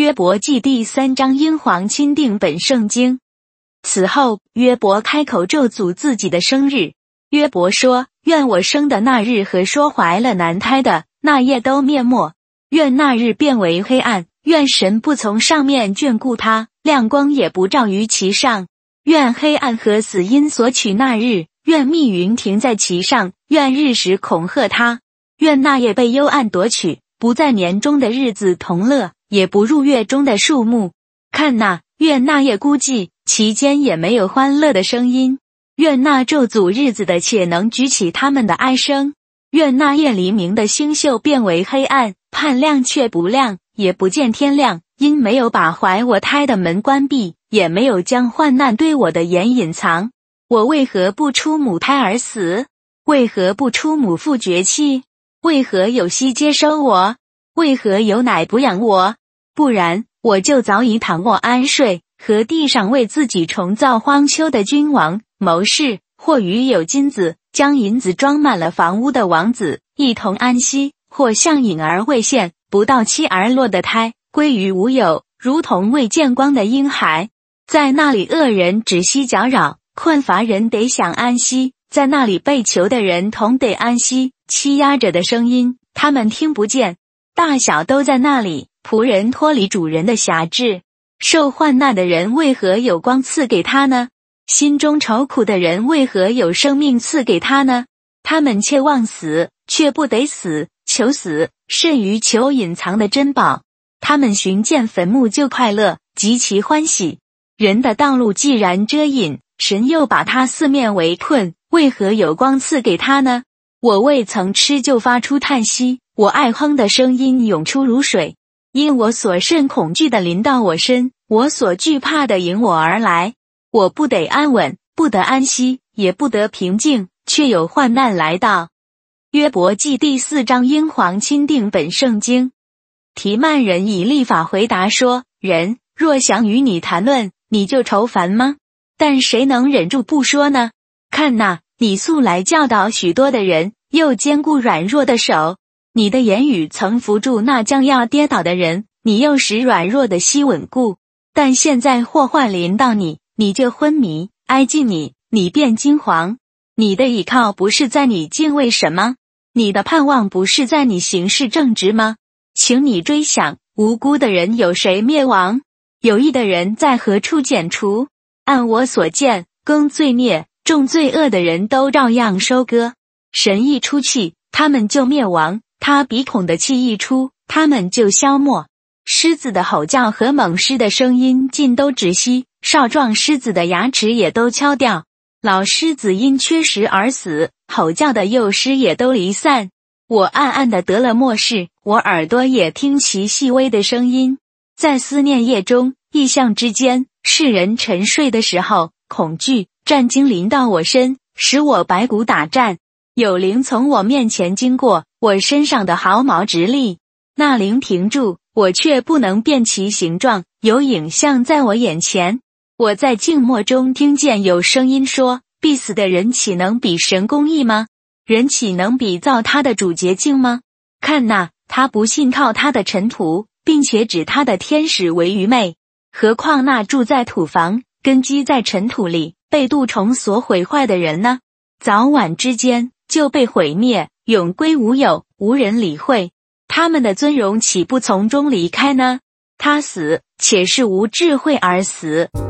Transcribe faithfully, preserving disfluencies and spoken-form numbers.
约伯记第三章英皇钦定本圣经。此后，约伯开口咒诅自己的生日。约伯说：愿我生的那日和说怀了男胎的那夜都灭没，愿那日变为黑暗，愿神不从上面眷顾他，亮光也不照于其上。愿黑暗和死因所取那日，愿密云停在其上，愿日食恐吓他。愿那夜被幽暗夺取，不在年中的日子同乐，也不入月中的数目。看哪，愿那夜孤寂，其间也没有欢乐的声音。愿那咒诅日子的且能举起他们的哀声。愿那夜黎明的星宿变为黑暗，盼亮却不亮，也不见天亮，因没有把怀我胎的门关闭，也没有将患难对我的眼隐藏。我为何不出母胎而死？为何不出母腹绝气？为何有息接收我？为何有奶不养我？不然，我就早已躺卧安睡，和地上为自己重造荒丘的君王、谋士，或与有金子、将银子装满了房屋的王子一同安息，或像隐而未现、不到期而落的胎，归于无有，如同未见光的婴孩。在那里恶人止息搅扰，困乏人得享安息，在那里被囚的人同得安息，欺压者的声音他们听不见。大小都在那里，仆人脱离主人的辖制。受患难的人为何有光赐给他呢？心中愁苦的人为何有生命赐给他呢？他们切望死，却不得死，求死，甚于求隐藏的珍宝。他们寻见坟墓就快乐，极其欢喜。人的道路既然遮隐，神又把他四面围困，为何有光赐给他呢？我未曾吃就发出叹息，我爱哼的声音涌出如水。因我所甚恐惧的临到我身，我所惧怕的迎我而来。我不得安稳，不得安息，也不得平静，却有患难来到。约伯记第四章英皇钦定本圣经。提曼人以利法回答说：人若想与你谈论，你就愁烦吗？但谁能忍住不说呢？看哪，你素来教导许多的人，又坚固软弱的手。你的言语曾扶住那将要跌倒的人，你又使软弱的膝稳固。但现在祸患临到你，你就昏迷，挨近你，你便惊惶。你的倚靠不是在你敬畏神吗？你的盼望不是在你行事正直吗？请你追想，无辜的人有谁灭亡？有义的人在何处剪除？按我所见，耕罪孽、种罪恶的人都照样收割。神一出气，他们就灭亡。他鼻孔的气一出，他们就消没。狮子的吼叫和猛狮的声音尽都止息，少壮狮子的牙齿也都敲掉。老狮子因缺食而死，吼叫的幼狮也都离散。我暗暗地得了默示，我耳朵也听其细微的声音。在思念夜中，异象之间，世人沉睡的时候，恐惧、战惊临到我身，使我白骨打颤。有灵从我面前经过，我身上的毫毛直立。那灵停住，我却不能辨其形状，有影像在我眼前。我在静默中听见有声音说：必死的人岂能比神公义吗？人岂能比造他的主洁净吗？看哪，他不信靠他的尘土，并且指他的天使为愚昧。何况那住在土房、根基在尘土里、被蠹虫所毁坏的人呢？早晚之间就被毁灭，永归无有，无人理会。他们的尊荣岂不从中离开呢？他死，且是无智慧而死。